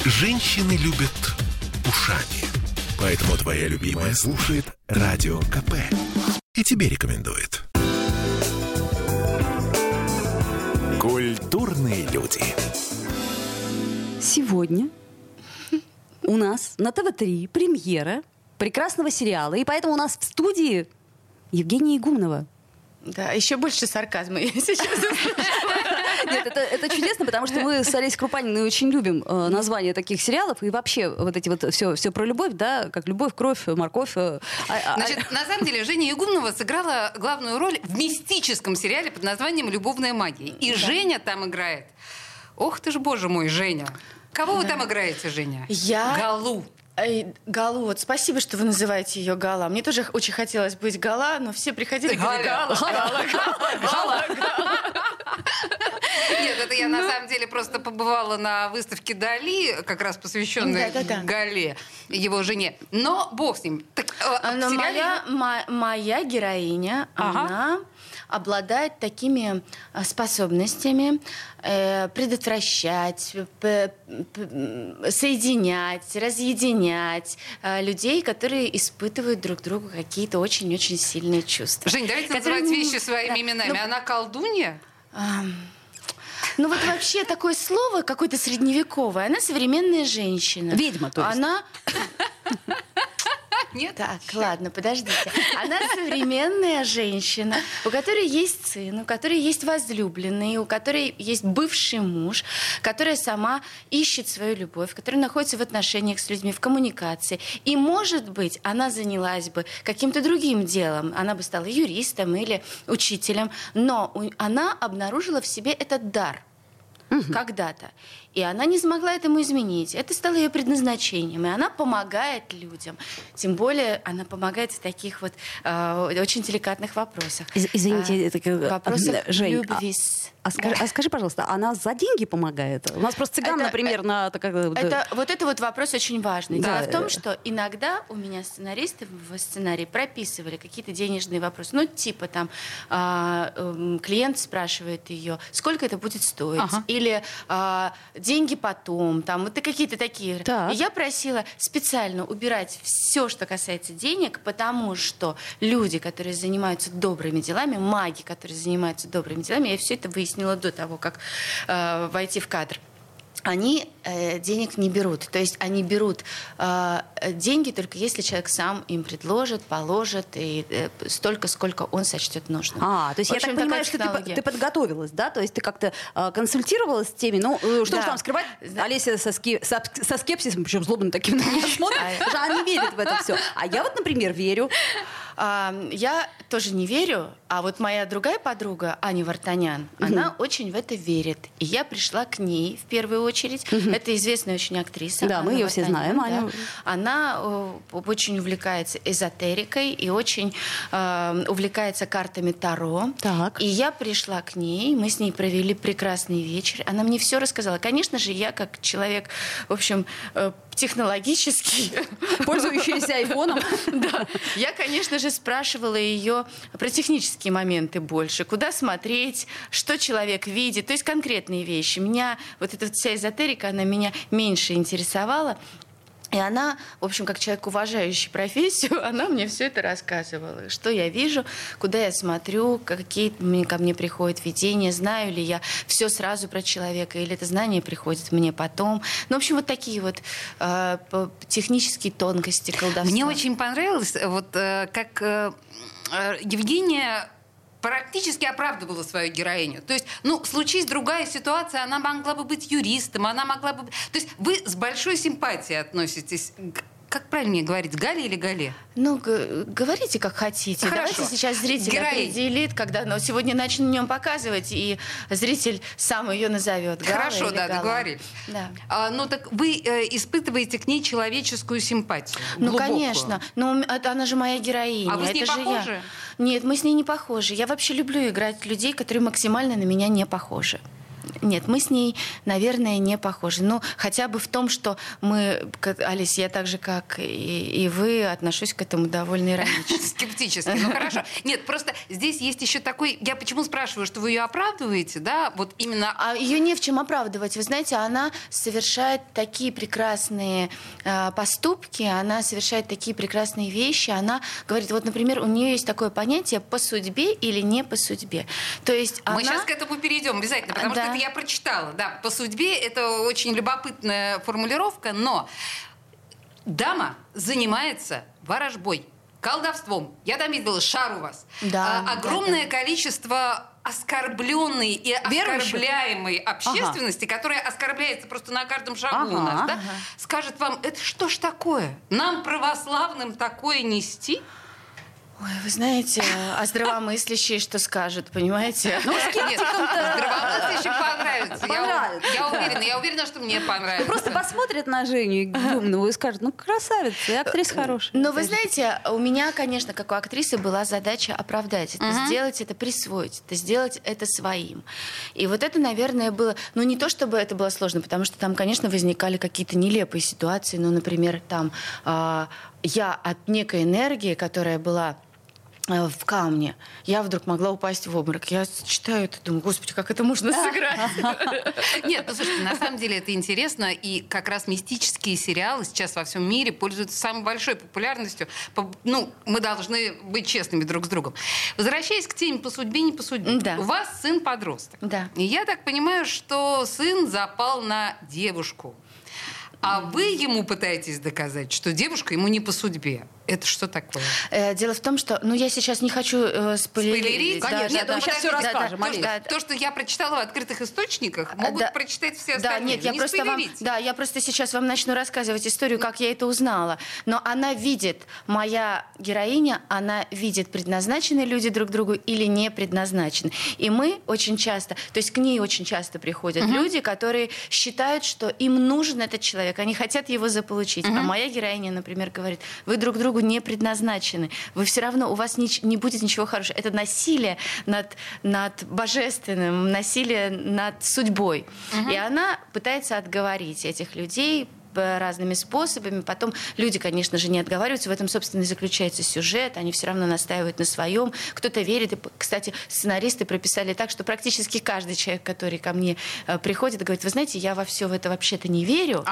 Женщины любят ушами. Поэтому твоя любимая слушает Радио КП. И тебе рекомендует. Культурные люди. Сегодня у нас на ТВ-3 премьера прекрасного сериала. И поэтому у нас в студии Евгения Игумнова. Да, еще больше сарказма я сейчас услышала. Нет, это чудесно, потому что мы с Олесей Крупаниной очень любим названия таких сериалов и вообще вот эти вот все про любовь, да, как любовь, кровь, морковь. Значит, на самом деле Женя Игумнова сыграла главную роль в мистическом сериале под названием «Любовная магия». И Женя там играет. Ох ты ж, боже мой, Женя. Кого вы там играете, Женя? Я... Галу. Галу, вот спасибо, что вы называете ее Гала. Мне тоже очень хотелось быть Гала, но все приходили и говорили: Гала. Нет, это я на самом деле просто побывала на выставке Дали, как раз посвященной Гале, его жене. Но бог с ним. Но моя героиня, она обладает такими способностями предотвращать, соединять, разъединять людей, которые испытывают друг другу какие-то очень-очень сильные чувства. Жень, давайте называть вещи своими именами. Она колдунья? Ну вот вообще такое слово какое-то средневековое. Она современная женщина. Ведьма, то есть. Она... Нет? Так, ладно, подождите. Она современная женщина, у которой есть сын, у которой есть возлюбленный, у которой есть бывший муж, которая сама ищет свою любовь, которая находится в отношениях с людьми, в коммуникации. И, может быть, она занялась бы каким-то другим делом. Она бы стала юристом или учителем. Но она обнаружила в себе этот дар когда-то. И она не смогла этому изменить. Это стало ее предназначением. И она помогает людям. Тем более она помогает в таких вот очень деликатных вопросах. Извините, вопросах Жень, любви. Скажи, пожалуйста, она за деньги помогает? У нас просто цыган, например, на... Вот это вот вопрос очень важный. Да. Дело в том, что иногда у меня сценаристы в сценарии прописывали какие-то денежные вопросы. Ну, типа там клиент спрашивает ее, сколько это будет стоить. Или деньги потом. Там, вот какие-то такие. Так. И я просила специально убирать все, что касается денег, потому что люди, которые занимаются добрыми делами, маги, которые занимаются добрыми делами, я все это выяснила до того, как войти в кадр, они денег не берут. То есть они берут деньги только если человек сам им предложит, положит, и столько, сколько он сочтет нужным. То есть я так понимаю, что ты подготовилась, да? То есть ты как-то консультировалась с теми, ну, что уж там скрывать, Олеся со скепсисом, причем злобным таким на меня смотрит, она не верит в это все. А я вот, например, верю. Я тоже не верю, а вот моя другая подруга, Аня Вартанян, она очень в это верит. И я пришла к ней в первую очередь. Это известная очень актриса. Да, мы ее все знаем, Аню. Она очень увлекается эзотерикой и очень увлекается картами Таро. Так. И я пришла к ней, мы с ней провели прекрасный вечер. Она мне все рассказала. Конечно же, я как человек, в общем, технологический, пользующийся айфоном. Да. Я, конечно же, спрашивала ее про технические моменты больше. Куда смотреть, что человек видит. То есть конкретные вещи. Меня вот эта вся эзотерика, она меня меньше интересовала. И она, в общем, как человек, уважающий профессию, она мне все это рассказывала. Что я вижу, куда я смотрю, какие ко мне приходят видения, знаю ли я все сразу про человека, или это знание приходит мне потом. Ну, в общем, вот такие вот технические тонкости колдовства. Мне очень понравилось, вот как Евгения практически оправдывала свою героиню. То есть, случись другая ситуация, она могла бы быть юристом, она могла бы... То есть вы с большой симпатией относитесь как правильнее говорить, Гале или Гале? Говорите, как хотите. Хорошо. Давайте сейчас зритель определит, когда сегодня начнем показывать, и зритель сам ее назовет. Хорошо, да, Гала. договорились. Да. Так вы испытываете к ней человеческую симпатию? Глубокую. Конечно. Она же моя героиня. А вы с ней похожи? Нет, мы с ней не похожи. Я вообще люблю играть людей, которые максимально на меня не похожи. Нет, мы с ней, наверное, не похожи. Ну, хотя бы в том, что мы, Олесь, я так же, как и вы, отношусь к этому довольно иронично. Скептически, ну хорошо. Нет, просто здесь есть еще такой... Я почему спрашиваю, что вы ее оправдываете, да? Вот именно... А ее не в чем оправдывать. Вы знаете, она совершает такие прекрасные поступки, она совершает такие прекрасные вещи. Она говорит, вот, например, у нее есть такое понятие «по судьбе» или «не по судьбе». То есть мы она... сейчас к этому перейдем обязательно, потому что это я прочитала. Да, «по судьбе» — это очень любопытная формулировка, но дама занимается ворожбой, колдовством. Я там видела шар у вас. Да, огромное количество оскорбленной и оскорбляемой общественности, которая оскорбляется просто на каждом шагу у нас, да, скажет вам, это что ж такое? Нам, православным, такое нести? Ой, вы знаете, а здравомыслящие что скажут, понимаете? Ну, скептикам-то здравомыслящим понравится. Я уверена, что мне понравится. Просто посмотрят на Женю Гюмнову и скажут, ну, красавица, и актриса хорошая. Но вы знаете, у меня, конечно, как у актрисы была задача оправдать это, сделать это, присвоить это, сделать это своим. И вот это, наверное, было... Ну, не то, чтобы это было сложно, потому что там, конечно, возникали какие-то нелепые ситуации. Ну, например, там я от некой энергии, которая была в камне, я вдруг могла упасть в обморок. Я читаю это, думаю, господи, как это можно сыграть? Нет, ну слушайте, на самом деле это интересно, и как раз мистические сериалы сейчас во всем мире пользуются самой большой популярностью. Ну, мы должны быть честными друг с другом. Возвращаясь к теме «по судьбе, не по судьбе». Да. У вас сын-подросток. Да. И я так понимаю, что сын запал на девушку. А вы ему пытаетесь доказать, что девушка ему не по судьбе. Это что такое? Дело в том, что... Ну, я сейчас не хочу спойлерить. Конечно, мы сейчас все расскажем. То, что я прочитала в открытых источниках, могут прочитать все остальные. Да, нет, я просто сейчас вам начну рассказывать историю, как я это узнала. Но она видит, моя героиня, она видит, предназначены люди друг другу или не предназначены. И мы очень часто, то есть к ней очень часто приходят люди, которые считают, что им нужен этот человек, они хотят его заполучить. А моя героиня, например, говорит, вы друг другу не предназначены. Вы все равно, у вас не будет ничего хорошего. Это насилие над божественным, насилие над судьбой. И она пытается отговорить этих людей разными способами. Потом люди, конечно же, не отговариваются. В этом, собственно, и заключается сюжет. Они все равно настаивают на своем. Кто-то верит. И, кстати, сценаристы прописали так, что практически каждый человек, который ко мне приходит, говорит, вы знаете, я во все это вообще-то не верю.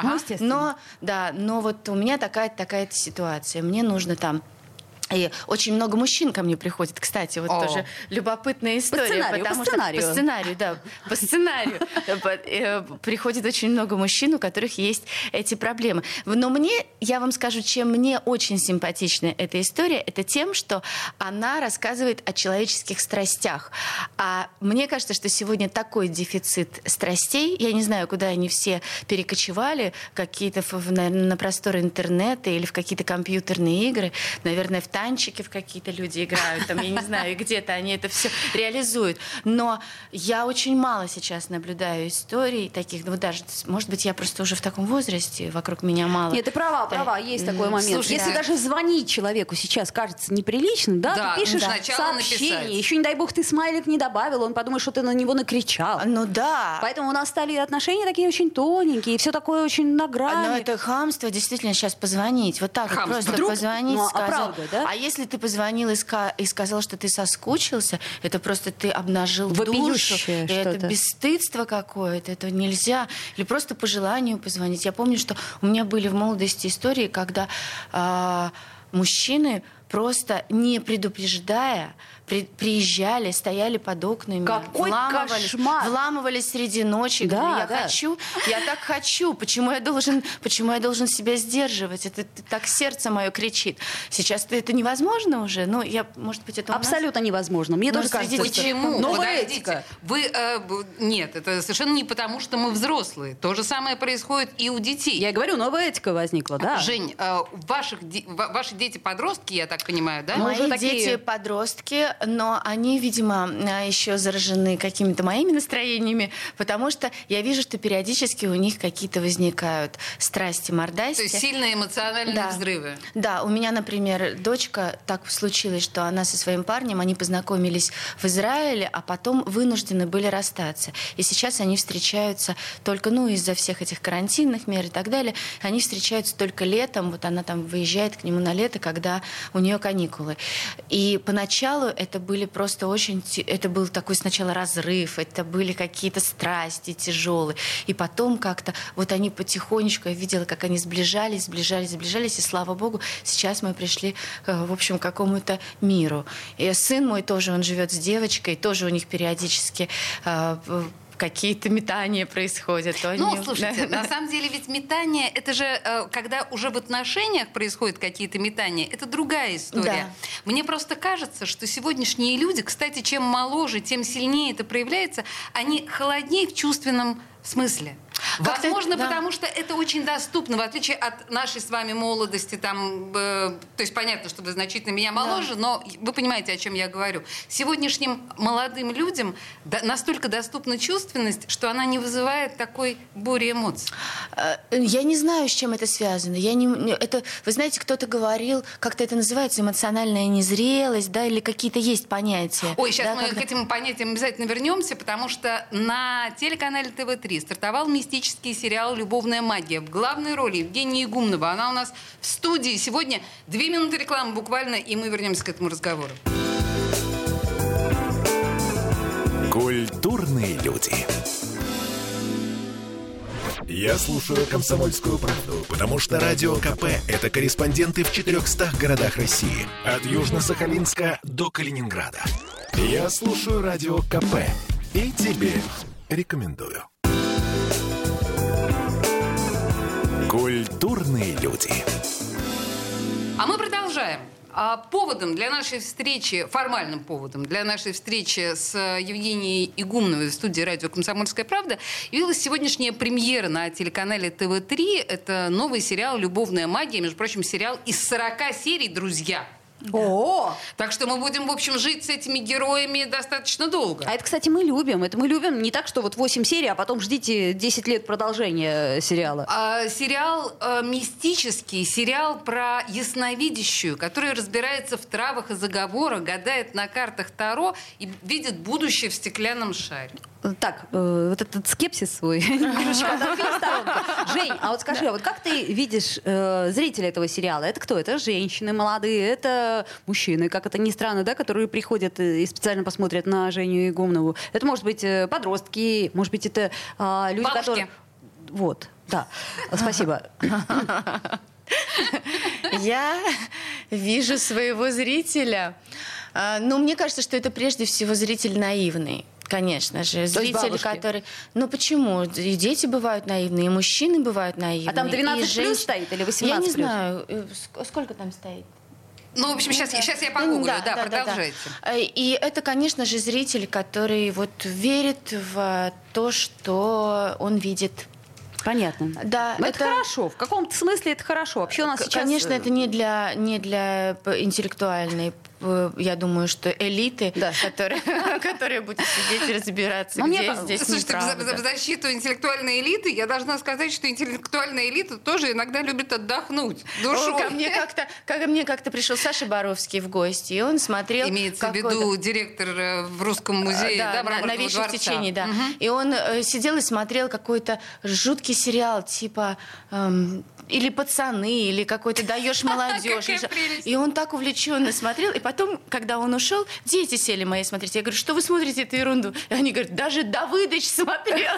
Но вот у меня такая-то ситуация. Мне нужно там... И очень много мужчин ко мне приходит, кстати, вот тоже любопытная история. По сценарию. По сценарию. Приходит очень много мужчин, у которых есть эти проблемы. Но я вам скажу, чем мне очень симпатична эта история, это тем, что она рассказывает о человеческих страстях. А мне кажется, что сегодня такой дефицит страстей, я не знаю, куда они все перекочевали, на просторы интернета или в какие-то компьютерные игры, наверное, в танчики в какие-то люди играют, там, я не знаю, где-то они это все реализуют. Но я очень мало сейчас наблюдаю историй таких, ну, даже, может быть, я просто уже в таком возрасте, вокруг меня мало. Нет, ты права, есть такой момент. Слушай, если даже звонить человеку сейчас кажется неприличным, да, ты пишешь сообщение, еще, не дай бог, ты смайлик не добавил, он подумает, что ты на него накричал. Ну да. Поэтому у нас стали отношения такие очень тоненькие, и все такое очень на грани. Но это хамство, действительно, сейчас позвонить, вот так вот просто позвонить, сказать. Правда, да? А если ты позвонил и сказал, что ты соскучился, это просто ты обнажил вопиющее душу. Это бесстыдство какое-то, это нельзя. Или просто по желанию позвонить. Я помню, что у меня были в молодости истории, когда мужчины просто не предупреждая приезжали, стояли под окнами, вламывались среди ночи. Да, говорю, я так хочу. Почему я должен себя сдерживать? Это так сердце мое кричит. Сейчас это невозможно уже. Ну, может быть, это абсолютно невозможно. Мне тоже кажется, почему? Новая этика. Нет, это совершенно не потому, что мы взрослые. То же самое происходит и у детей. Я говорю, новая этика возникла, да. Жень, ваши дети-подростки, я так понимаю, да? Мои дети-подростки, но они, видимо, еще заражены какими-то моими настроениями, потому что я вижу, что периодически у них какие-то возникают страсти, мордасти. То есть сильные эмоциональные взрывы. Да, у меня, например, дочка, так случилось, что она со своим парнем, они познакомились в Израиле, а потом вынуждены были расстаться. И сейчас они встречаются только, из-за всех этих карантинных мер и так далее, они встречаются только летом. Вот она там выезжает к нему на лето, когда у нее каникулы. И поначалу это были просто очень... Это был такой сначала разрыв, это были какие-то страсти тяжелые. И потом как-то вот они потихонечку, я видела, как они сближались, и слава богу, сейчас мы пришли, в общем, к какому-то миру. И сын мой тоже, он живет с девочкой, тоже у них периодически какие-то метания происходят. Слушайте, на самом деле ведь метание, это же, когда уже в отношениях происходят какие-то метания, это другая история. Да. Мне просто кажется, что сегодняшние люди, кстати, чем моложе, тем сильнее это проявляется, они холоднее в чувственном смысле. Возможно, потому что это очень доступно, в отличие от нашей с вами молодости. То есть понятно, что вы значительно меня моложе, но вы понимаете, о чем я говорю. Сегодняшним молодым людям настолько доступна чувственность, что она не вызывает такой бури эмоций. Я не знаю, с чем это связано. Вы знаете, кто-то говорил, как-то это называется, эмоциональная незрелость, да, или какие-то есть понятия. Ой, сейчас мы к этим понятиям обязательно вернемся, потому что на телеканале ТВ3 стартовал мистический сериал «Любовная магия». В главной роли Евгения Игумнова. Она у нас в студии. Сегодня 2 минуты рекламы буквально, и мы вернемся к этому разговору. Культурные люди. Я слушаю «Комсомольскую правду», потому что Радио КП – это корреспонденты в 400 городах России. От Южно-Сахалинска до Калининграда. Я слушаю Радио КП и тебе рекомендую. Культурные люди. А мы продолжаем. Поводом для нашей встречи, формальным поводом для нашей встречи с Евгенией Игумновой в студии радио «Комсомольская правда» явилась сегодняшняя премьера на телеканале ТВ3. Это новый сериал «Любовная магия». Между прочим, сериал из 40 серий, друзья. О! Так что мы будем, в общем, жить с этими героями достаточно долго. А это, кстати, мы любим. Это мы любим не так, что вот 8 серий, а потом ждите 10 лет продолжения сериала. Сериал мистический, сериал про ясновидящую, которая разбирается в травах и заговорах, гадает на картах Таро и видит будущее в стеклянном шаре. Так, вот этот скепсис свой немножечко отодвинь в сторонку. Жень, а вот скажи, а вот как ты видишь зрителя этого сериала? Это кто? Это женщины молодые, это мужчины, как это ни странно, да, которые приходят и специально посмотрят на Женю Игумнову. Это, может быть, подростки, может быть, это люди, бабушки. которые... Вот, да. Спасибо. Я вижу своего зрителя. Мне кажется, что это прежде всего зритель наивный. Конечно же. Зрители, которые... Почему? И дети бывают наивные, и мужчины бывают наивные. А там 12 плюс стоит или 18 Я не плюс? знаю. Сколько там стоит? В общем, сейчас я погуглю. Да, продолжайте. Да. И это, конечно же, зритель, который верит в то, что он видит. Понятно. Да, это хорошо. В каком-то смысле это хорошо. Вообще у нас сейчас... Конечно, это не для интеллектуальной, я думаю, что элиты, которые будут сидеть и разбираться, где здесь неправда. Слушайте, в защиту интеллектуальной элиты я должна сказать, что интеллектуальная элита тоже иногда любит отдохнуть душой. Ко мне как-то пришел Саша Боровский в гости, и он смотрел... Имеется в виду директор в Русском музее, да, в новейшем течении, да. Угу. И он сидел и смотрел какой-то жуткий сериал, типа... или «Пацаны», или какой-то «Даешь молодежь». И он так увлеченно смотрел. И потом, когда он ушел, дети сели мои смотреть. Я говорю, что вы смотрите эту ерунду? И они говорят, даже Давыдыч смотрел.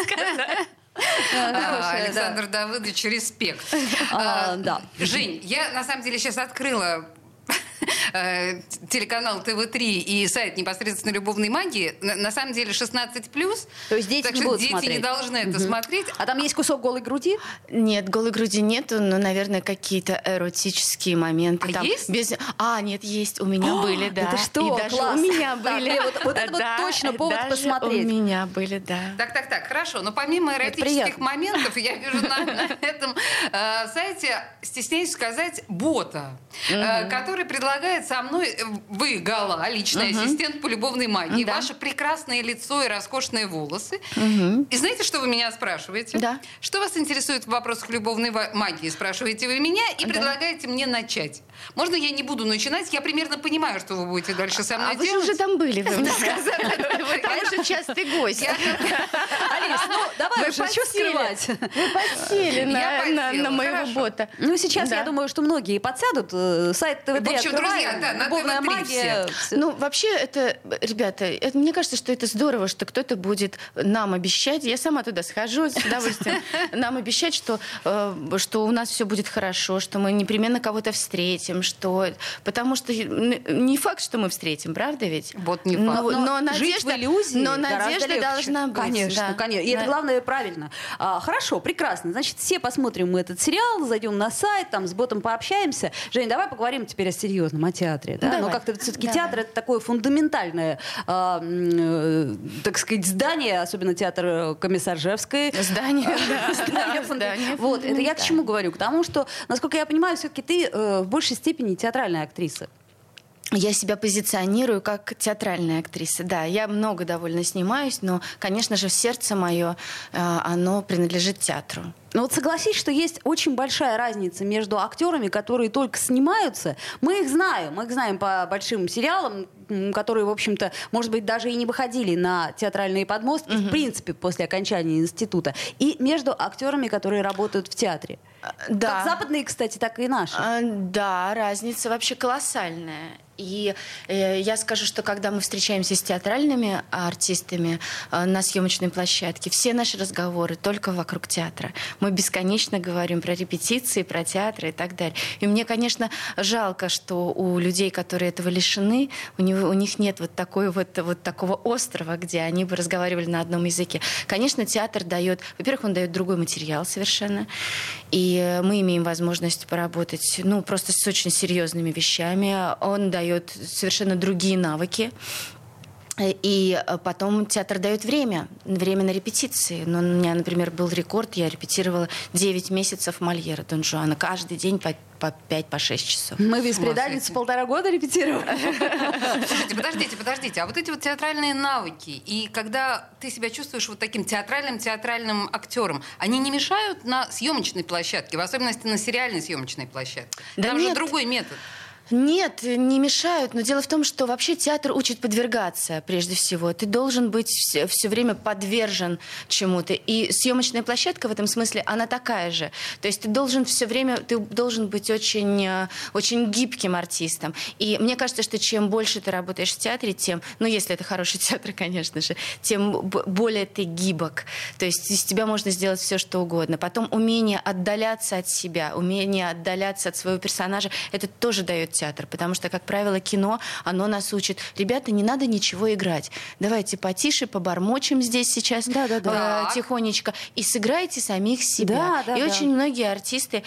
Александр Давыдович, респект. Жень, я на самом деле сейчас открыла телеканал ТВ3 и сайт непосредственно «Любовной магии», на самом деле 16+. То есть дети так не что будут дети смотреть. Не должны это смотреть. А там есть кусок голой груди? Нет, голой груди нету, но, наверное, какие-то эротические моменты. А там есть? Нет, есть. У меня были, да. Это что? И даже Класс. у меня были. Вот это вот точно повод посмотреть. У меня были, да. Так, хорошо. Но помимо эротических моментов, я вижу на этом сайте, стесняюсь сказать, бота, который предлагает предлагает со мной, вы, Гала, личный ассистент по любовной магии, ваше прекрасное лицо и роскошные волосы. И знаете, что вы меня спрашиваете? Да. Что вас интересует в вопросах любовной магии? Спрашиваете вы меня и предлагаете мне начать. Можно я не буду начинать? Я примерно понимаю, что вы будете дальше со мной делать. Вы же уже там были, вы мне сказали. Вы, конечно, частый гость. Алис, ну давай уже, что скрывать? Вы подсели на моего бота. Ну сейчас, я думаю, что многие подсядут. Сайт ТВ3 В общем, друзья, на любовная магия. Ну, вообще, это, ребята, мне кажется, что это здорово, что кто-то будет нам обещать. Я сама туда схожу с удовольствием. Нам обещать, что у нас все будет хорошо, что мы непременно кого-то встретим, потому что не факт, что мы встретим, правда ведь? Вот не факт. Но жить в надежда, иллюзии но надежда должна быть. Конечно, да. конечно. И это главное правильно. Хорошо, прекрасно. Значит, все посмотрим мы этот сериал, зайдем на сайт, там с ботом пообщаемся. Жень, давай поговорим теперь о серьезном, о театре. Да? Но как-то все-таки театр — это такое фундаментальное, так сказать, здание, особенно театр Комиссаржевской. Здание. Вот, это я к чему говорю? К тому, что, насколько я понимаю, все-таки ты в большей степени театральная актриса. Я себя позиционирую как театральная актриса. Да, я много довольно снимаюсь, но, конечно же, сердце мое, оно принадлежит театру. Но вот согласись, что есть очень большая разница между актерами, которые только снимаются. Мы их знаем по большим сериалам, которые, в общем-то, может быть, даже и не выходили на театральные подмостки, в принципе, после окончания института. И между актерами, которые работают в театре. Да. Как западные, кстати, так и наши. Да, разница вообще колоссальная. И я скажу, что когда мы встречаемся с театральными артистами на съемочной площадке, все наши разговоры только вокруг театра. Мы бесконечно говорим про репетиции, про театр и так далее. И мне, конечно, жалко, что у людей, которые этого лишены, у них нет вот такого острова, где они бы разговаривали на одном языке. Конечно, театр дает, во-первых, он дает другой материал совершенно, и мы имеем возможность поработать, просто с очень серьезными вещами. Он дает совершенно другие навыки. И потом театр дает время на репетиции. У меня, например, был рекорд. Я репетировала 9 месяцев Мольера Дон Жуана. Каждый день по 5-6 часов. Мы «Бесприданницу» 1,5 года репетировали. Слушайте, подождите. А вот эти вот театральные навыки, и когда ты себя чувствуешь вот таким театральным актером, они не мешают на съемочной площадке, в особенности на сериальной съемочной площадке? Да там нет. же другой метод. Нет, не мешают. Но дело в том, что вообще театр учит подвергаться прежде всего. Ты должен быть все время подвержен чему-то. И съемочная площадка в этом смысле, она такая же. То есть ты должен быть очень, очень гибким артистом. И мне кажется, что чем больше ты работаешь в театре, тем, если это хороший театр, конечно же, тем более ты гибок. То есть из тебя можно сделать все, что угодно. Потом умение отдаляться от себя, умение отдаляться от своего персонажа, это тоже дает театр, потому что, как правило, кино, оно нас учит. Ребята, не надо ничего играть. Давайте потише, побормочем здесь сейчас тихонечко и сыграйте самих себя. И очень многие артисты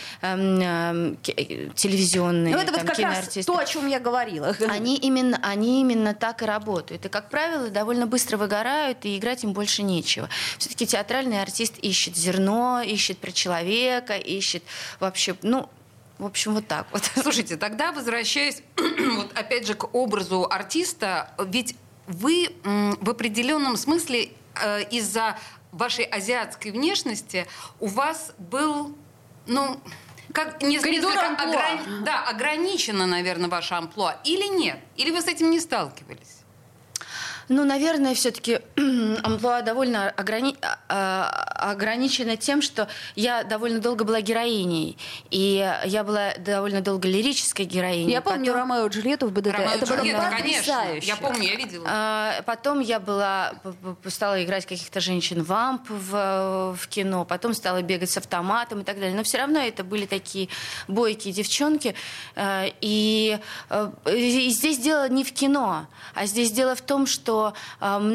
телевизионные, это вот как киноартисты, раз то, о чем я говорила. Они именно так и работают. И, как правило, довольно быстро выгорают, и играть им больше нечего. Все-таки театральный артист ищет зерно, ищет про человека, ищет вообще, в общем, вот так вот. Слушайте, тогда возвращаясь вот опять же к образу артиста, ведь вы в определенном смысле из-за вашей азиатской внешности у вас был, ограничено, наверное, ваше амплуа, или нет? Или вы с этим не сталкивались? Наверное, все-таки амплуа довольно ограничена тем, что я довольно долго была героиней. И я была довольно долго лирической героиней. Я помню Ромео и Джульетту в БДТ. Это было потрясающе. Я помню, я видела. Потом я стала играть каких-то женщин-вамп в кино. Потом стала бегать с автоматом и так далее. Но все равно это были такие бойкие девчонки. И здесь дело не в кино, а здесь дело в том, что, наверное,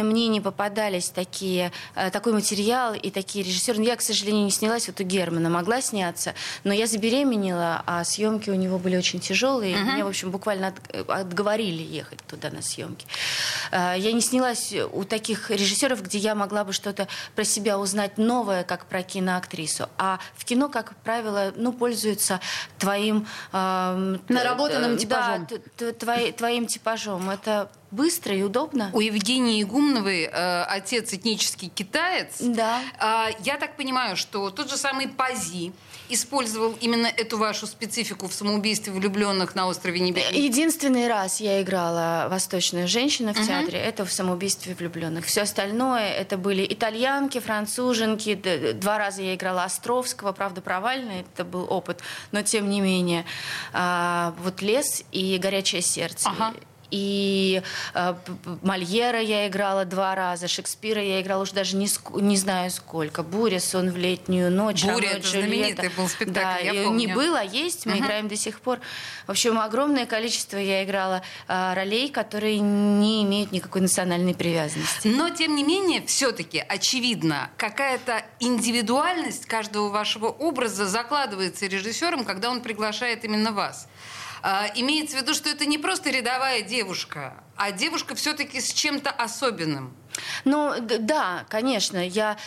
мне не попадались такой материал и такие режиссеры. Я, к сожалению, не снялась, вот у Германа могла сняться, но я забеременела, а съемки у него были очень тяжелые, и меня, в общем, буквально отговорили ехать туда на съемки. Я не снялась у таких режиссеров, где я могла бы что-то про себя узнать новое, как про киноактрису. А в кино, как правило, пользуются твоим... наработанным типажом. Да, твоим типажом. Это быстро и удобно. У Евгении Игумновой отец этнический китаец. Да. Я так понимаю, что тот же самый Пази использовал именно эту вашу специфику в «Самоубийстве влюбленных» на острове Небесном? Единственный раз я играла восточную женщину в театре, это в «Самоубийстве влюбленных». Все остальное это были итальянки, француженки. 2 раза я играла Островского, правда, провальный, это был опыт, но тем не менее. Вот «Лес» и «Горячее сердце». Ага. И Мольера я играла 2 раза, Шекспира я играла уже даже не знаю сколько. «Буря», «Сон в летнюю ночь», «Буря» — это знаменитый был спектакль, да, я помню. Не было, а есть, мы играем до сих пор. В общем, огромное количество я играла ролей, которые не имеют никакой национальной привязанности. Но, тем не менее, все-таки, очевидно, какая-то индивидуальность каждого вашего образа закладывается режиссером, когда он приглашает именно вас. Имеется в виду, что это не просто рядовая девушка, а девушка все-таки с чем-то особенным. Ну, да, конечно. Я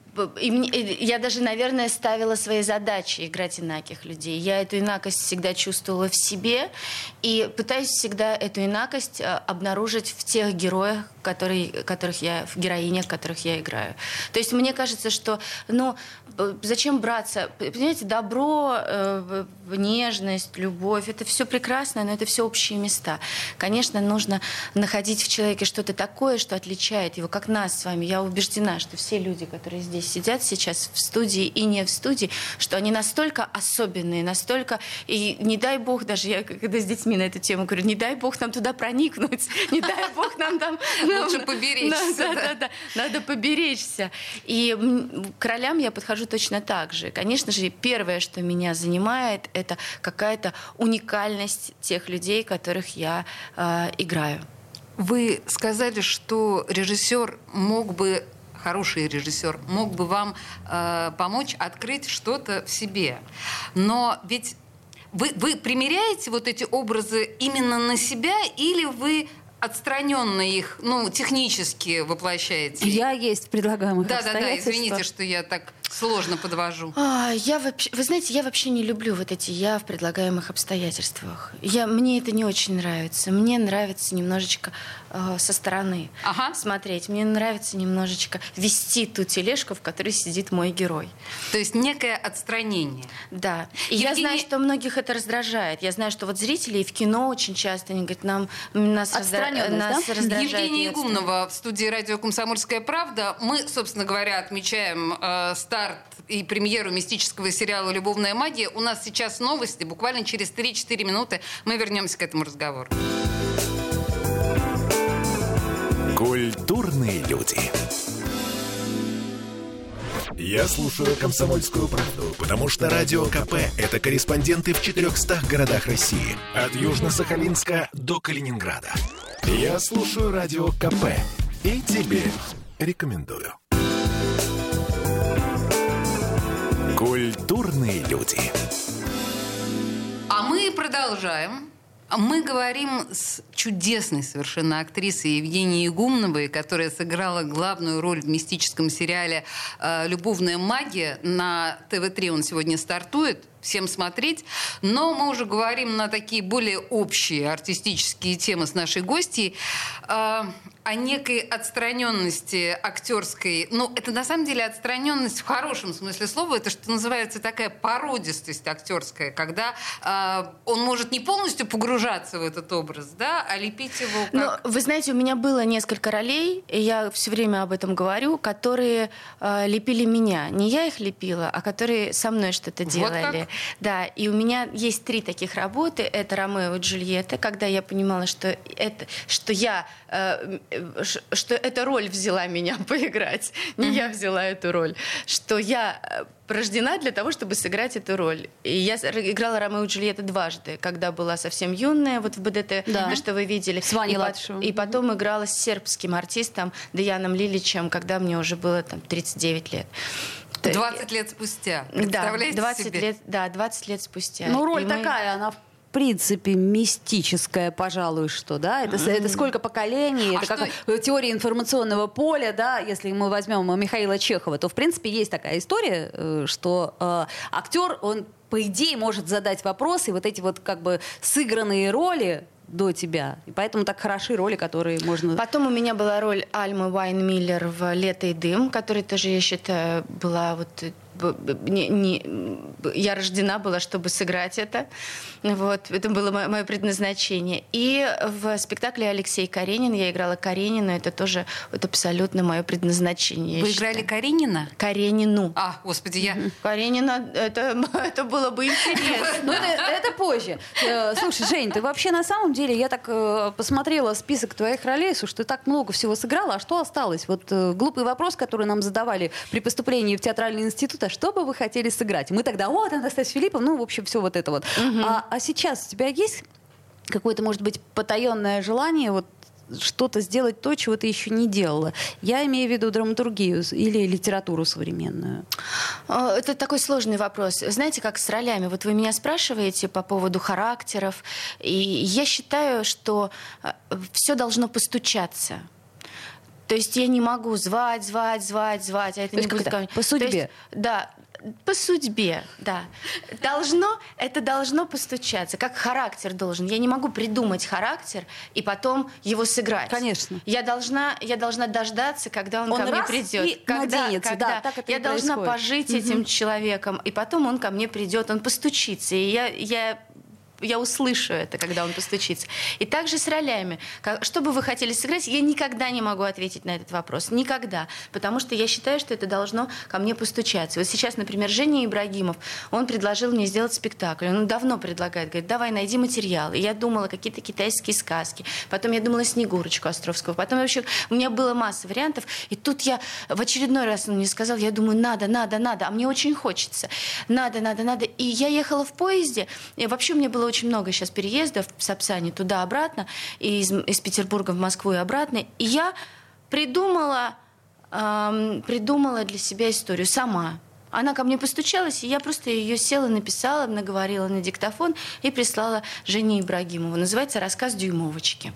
даже, наверное, ставила свои задачи играть инаких людей. Я эту инакость всегда чувствовала в себе и пытаюсь всегда эту инакость обнаружить в тех героях, в героинях, которых я играю. То есть мне кажется, что, зачем браться? Понимаете, добро, нежность, любовь, это все прекрасно, но это все общие места. Конечно, нужно находить в человеке что-то такое, что отличает его, как нас с вами. Я убеждена, что все люди, которые здесь сидят сейчас в студии и не в студии, что они настолько особенные, настолько... И не дай бог, даже я когда с детьми на эту тему говорю, не дай бог нам туда проникнуть, не дай бог нам там... Лучше поберечься. Да, надо поберечься. И к ролям я подхожу точно так же. Конечно же, первое, что меня занимает, это какая-то уникальность тех людей, которых я играю. Вы сказали, что хороший режиссер мог бы вам помочь открыть что-то в себе. Но ведь вы примеряете вот эти образы именно на себя, или вы отстраненно их, технически воплощаете? Я есть в предлагаемых обстоятельствах. Да, извините, что я так сложно подвожу. Вы знаете, я вообще не люблю вот эти «я» в предлагаемых обстоятельствах. Мне это не очень нравится. Мне нравится немножечко со стороны смотреть. Мне нравится немножечко вести ту тележку, в которой сидит мой герой. То есть некое отстранение. Да. И я знаю, что многих это раздражает. Я знаю, что вот зрители в кино очень часто, они говорят, нас раздражает. Евгения Игумнова в студии радио «Комсомольская правда». Мы, собственно говоря, отмечаем старт и премьеру мистического сериала «Любовная магия». У нас сейчас новости. Буквально через 3-4 минуты мы вернемся к этому разговору. Культурные люди. Я слушаю «Комсомольскую правду», потому что Радио КП – это корреспонденты в 400 городах России. От Южно-Сахалинска до Калининграда. Я слушаю Радио КП и тебе рекомендую. Культурные люди. А мы продолжаем. Мы говорим с чудесной совершенно актрисой Евгенией Игумновой, которая сыграла главную роль в мистическом сериале «Любовная магия». На ТВ-3 он сегодня стартует. Всем смотреть. Но мы уже говорим на такие более общие артистические темы с нашей гостьей. О некой отстраненности актерской. Это на самом деле отстраненность в хорошем смысле слова. Это, что называется, такая породистость актерская, когда он может не полностью погружаться в этот образ, а лепить его как... Вы знаете, у меня было несколько ролей, и я все время об этом говорю, которые лепили меня. Не я их лепила, а которые со мной что-то делали. Вот да, и у меня есть 3 таких работы. Это «Ромео и Джульетта», когда я понимала, что эта роль взяла меня поиграть. Не я взяла эту роль. Что я рождена для того, чтобы сыграть эту роль. И я играла Ромео и Джульетту дважды, когда была совсем юная, вот в БДТ, что вы видели. С Ваней Латышевым. И потом играла с сербским артистом Деяном Лиличем, когда мне уже было 39 лет. 20 лет спустя. Представляете 20 себе? лет, 20 лет спустя. Ну, роль такая, она в принципе мистическая, пожалуй, что, да? Это сколько поколений, это как теория информационного поля, да? Если мы возьмем Михаила Чехова, то, в принципе, есть такая история, что актер, он, по идее, может задать вопрос, и вот эти вот как бы сыгранные роли до тебя. И поэтому так хороши роли, которые можно... Потом у меня была роль Альмы Уайн-Миллер в «Лето и дым», которая тоже, я считаю, была вот... Я рождена была, чтобы сыграть это. Вот. Это было мое предназначение. И в спектакле «Алексей Каренин» я играла Каренину. Это тоже вот абсолютно мое предназначение. Вы играли Каренина? Каренину. Господи, я... Каренина, это было бы интересно. Ну, это позже. Слушай, Жень, ты вообще на самом деле, я так посмотрела список твоих ролей, что ты так много всего сыграла, а что осталось? Вот глупый вопрос, который нам задавали при поступлении в театральный институт, а что бы вы хотели сыграть? Мы тогда, там Анастасия Филиппова, ну, в общем, все вот это вот. А сейчас у тебя есть какое-то, может быть, потаенное желание вот что-то сделать то, чего ты еще не делала? Я имею в виду драматургию или литературу современную. Это такой сложный вопрос. Знаете, как с ролями? Вот вы меня спрашиваете по поводу характеров, и я считаю, что все должно постучаться. То есть я не могу звать, а это не будет... По судьбе? Да, по судьбе, да. Это должно постучаться, как характер должен. Я не могу придумать характер и потом его сыграть. Конечно. Я должна дождаться, когда он ко мне придет. Я должна пожить этим человеком, и потом он ко мне придет, он постучится, и я услышу это, когда он постучится. И также с ролями. Что бы вы хотели сыграть, я никогда не могу ответить на этот вопрос. Никогда. Потому что я считаю, что это должно ко мне постучаться. Вот сейчас, например, Женя Ибрагимов, он предложил мне сделать спектакль. Он давно предлагает, говорит, давай, найди материал. И я думала, какие-то китайские сказки. Потом я думала Снегурочку Островского. Потом вообще у меня была масса вариантов. И тут я в очередной раз он мне сказал, я думаю, надо. А мне очень хочется. Надо. И я ехала в поезде. И вообще у меня было очень много сейчас переездов в Сапсане туда-обратно, из Петербурга в Москву и обратно. И я придумала для себя историю сама. Она ко мне постучалась, и я просто ее села, написала, наговорила на диктофон и прислала Жене Ибрагимову. Называется «Рассказ дюймовочки».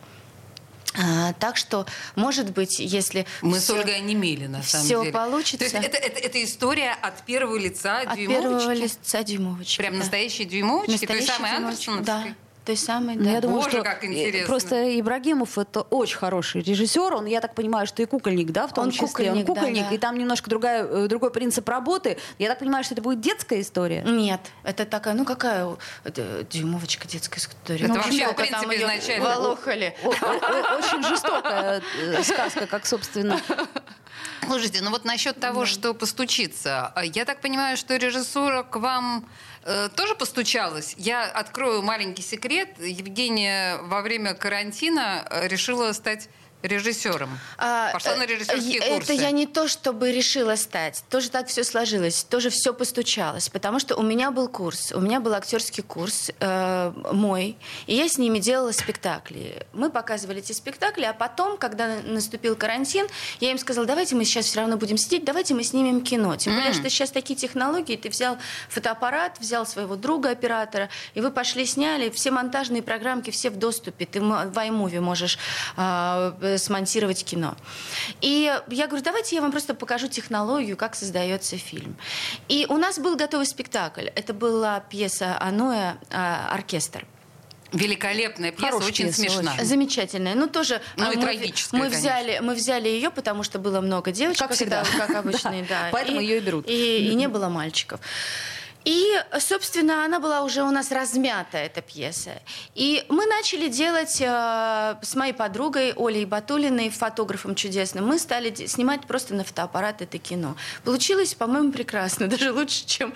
Так что, может быть, если... Мы с Ольгой онемели, на самом деле. Все получится. То есть это история от первого лица дюймовочки? От первого лица дюймовочки. Прям настоящие дюймовочки? Той самой Андерсоновской? Да. Той самой, да. Я думаю, Боже, что как интересно. Просто Ибрагимов — это очень хороший режиссер. Он, я так понимаю, что и кукольник, да, в том числе. Он кукольник, да. И там немножко другой принцип работы. Я так понимаю, что это будет детская история? Нет, это такая, какая дюймовочка, детская история. Это вообще, в принципе, изначально. Волохали. Очень жестокая сказка, как, собственно... Слушайте, вот насчет того, что постучится. Я так понимаю, что режиссура к вам тоже постучалась. Я открою маленький секрет. Евгения во время карантина решила стать режиссером. Пошла на режиссерские курсы. Это я не то, чтобы решила стать. Тоже так все сложилось. Тоже все постучалось. Потому что у меня был курс. У меня был актерский курс мой. И я с ними делала спектакли. Мы показывали эти спектакли. А потом, когда наступил карантин, я им сказала, давайте мы сейчас все равно будем сидеть, давайте мы снимем кино. Тем более, что сейчас такие технологии. Ты взял фотоаппарат, взял своего друга-оператора, и вы пошли, сняли. Все монтажные программки, все в доступе. Ты в iMovie можешь смонтировать кино. И я говорю, давайте я вам просто покажу технологию, как создается фильм. И у нас был готовый спектакль. Это была пьеса Аноэ «Оркестр». Великолепная пьеса, очень смешная. Замечательная. Тоже и трагическая, мы взяли ее, потому что было много девочек, как всегда, как обычно. Да. Поэтому ее и берут. И не было мальчиков. И, собственно, она была уже у нас размята, эта пьеса. И мы начали делать с моей подругой Олей Батулиной, фотографом чудесным, мы стали снимать просто на фотоаппарат это кино. Получилось, по-моему, прекрасно. Даже лучше, чем,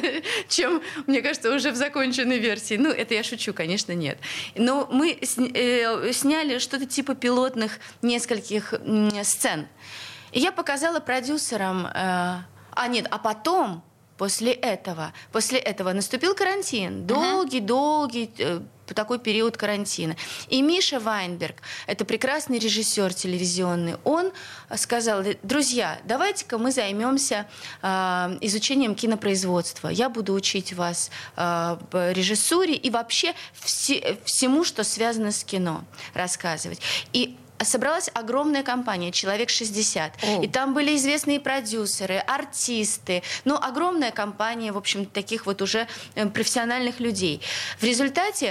мне кажется, уже в законченной версии. Это я шучу, конечно, нет. Но мы сняли что-то типа пилотных нескольких сцен. И я показала продюсерам... А потом после этого наступил карантин, долгий такой период карантина. И Миша Вайнберг, это прекрасный режиссер телевизионный, он сказал: друзья, давайте-ка мы займемся изучением кинопроизводства. Я буду учить вас режиссуре и вообще всему, что связано с кино, рассказывать. И собралась огромная компания, человек 60. И там были известные продюсеры, артисты. Огромная компания, в общем, таких вот уже профессиональных людей. В результате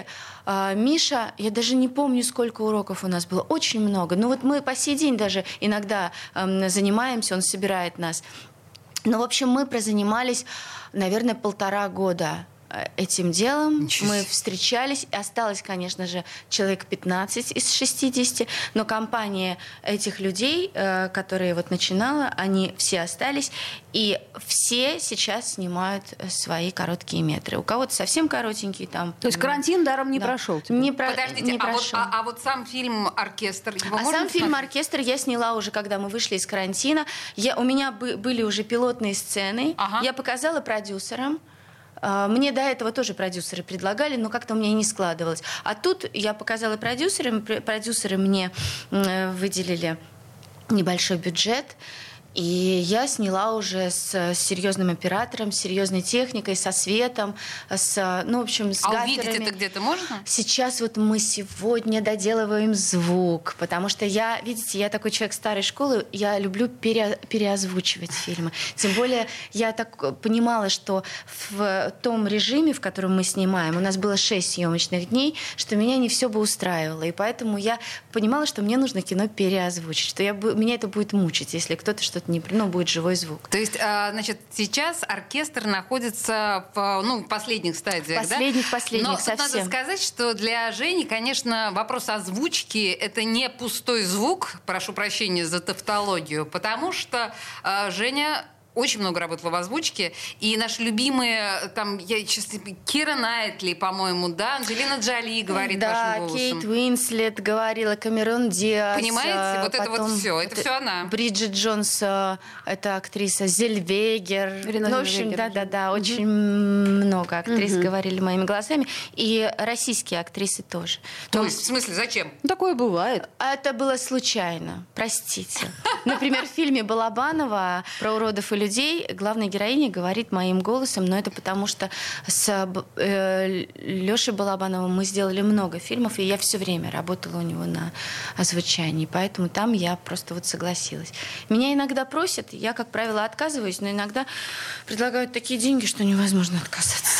Миша, я даже не помню, сколько уроков у нас было, очень много. Мы по сей день даже иногда занимаемся, он собирает нас. В общем, мы прозанимались, наверное, 1,5 года этим делом. Мы встречались. Осталось, конечно же, человек 15 из 60, но компания этих людей, которые начинала, они все остались, и все сейчас снимают свои короткие метры. У кого-то совсем коротенькие там. То есть карантин даром не прошел? Подождите, не прошел. Вот сам фильм «Оркестр», сам фильм «Оркестр» я сняла уже, когда мы вышли из карантина. У меня были уже пилотные сцены. Я показала продюсерам. Мне до этого тоже продюсеры предлагали, но как-то у меня и не складывалось. А тут я показала продюсерам, продюсеры мне выделили небольшой бюджет, и я сняла уже с серьезным оператором, с серьезной техникой, со светом, с гаферами. Увидеть это где-то можно? Сейчас мы сегодня доделываем звук, потому что я такой человек старой школы, я люблю переозвучивать фильмы. Тем более я так понимала, что в том режиме, в котором мы снимаем, у нас было 6 съемочных дней, что меня не все бы устраивало. И поэтому я понимала, что мне нужно кино переозвучить, что меня это будет мучить, если кто-то что-то будет живой звук. То есть, сейчас оркестр находится в последних стадиях, в последних Но совсем. Надо сказать, что для Жени, конечно, вопрос озвучки — это не пустой звук, прошу прощения за тавтологию, потому что Женя очень много работала в озвучке, и наши любимые, Кира Найтли, по-моему, Анджелина Джоли говорит вашим голосом. Кейт Уинслет говорила, Камерон Диас. Понимаете, это все она. Бриджит Джонс, это актриса, Зельвегер. В общем, очень много актрис говорили моими голосами, и российские актрисы тоже. В смысле, зачем? Такое бывает. Это было случайно, простите. Например, в фильме Балабанова про уродов и людей главная героиня говорит моим голосом, но это потому что с Лешей Балабановым мы сделали много фильмов, и я все время работала у него на озвучании, поэтому там я просто согласилась. Меня иногда просят, я, как правило, отказываюсь, но иногда предлагают такие деньги, что невозможно отказаться.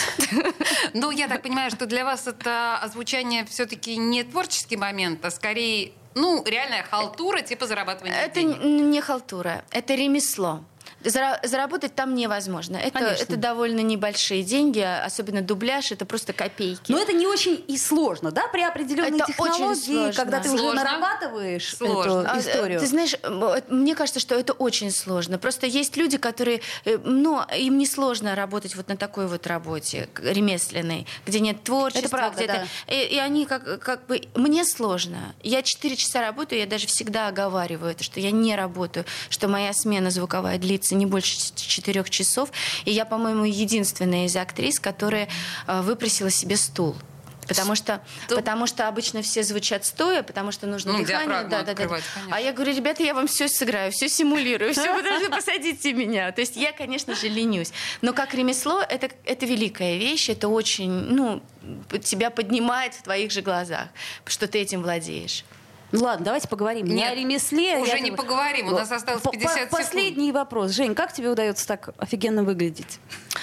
Я так понимаю, что для вас это озвучание все-таки не творческий момент, а скорее, реальная халтура, типа зарабатывания денег. Это не халтура, это ремесло. Заработать там невозможно. Это довольно небольшие деньги, особенно дубляж, это просто копейки. Но это не очень и сложно, при определенной технологии, когда ты уже нарабатываешь эту историю. Ты знаешь, мне кажется, что это очень сложно. Просто есть люди, которые, им не сложно работать на такой работе ремесленной, где нет творчества. Это правда, и они мне сложно. Я 4 часа работаю, я даже всегда оговариваю это, что я не работаю, что моя смена звуковая длится не больше 4 часов. И я, по-моему, единственная из актрис, которая выпросила себе стул. Потому что обычно все звучат стоя, потому что нужно дыхание. А я говорю, ребята, я вам все сыграю, все симулирую, все, вы должны посадите меня. То есть я, конечно же, ленюсь. Но как ремесло, это великая вещь, это очень, тебя поднимает в твоих же глазах, что ты этим владеешь. Ладно, давайте поговорим не о ремесле. Уже не поговорим, у нас осталось 50 секунд. Последний вопрос. Жень, как тебе удается так офигенно выглядеть?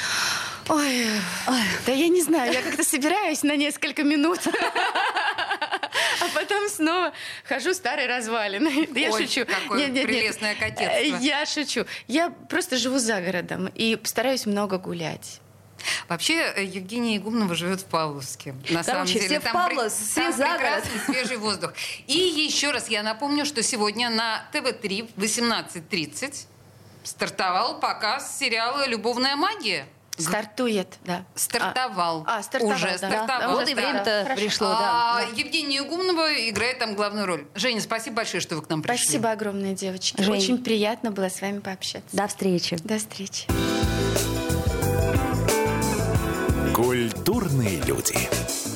Ой, да я не знаю, я как-то собираюсь на несколько минут, а потом снова хожу старой развалиной. Я шучу. Какое прелестное кокетство. Я шучу. Я просто живу за городом и стараюсь много гулять. Вообще, Евгения Игумнова живет в Павловске. На самом деле, все в Павловск, все за прекрасный свежий воздух. И еще раз я напомню, что сегодня на ТВ-3 в 18:30 стартовал показ сериала «Любовная магия». Стартует, да. Стартовал. Уже стартовал. Вот и время-то пришло, Евгения Игумнова играет там главную роль. Женя, спасибо большое, что вы к нам пришли. Спасибо огромное, девочки. Очень приятно было с вами пообщаться. До встречи. До встречи. Культурные люди.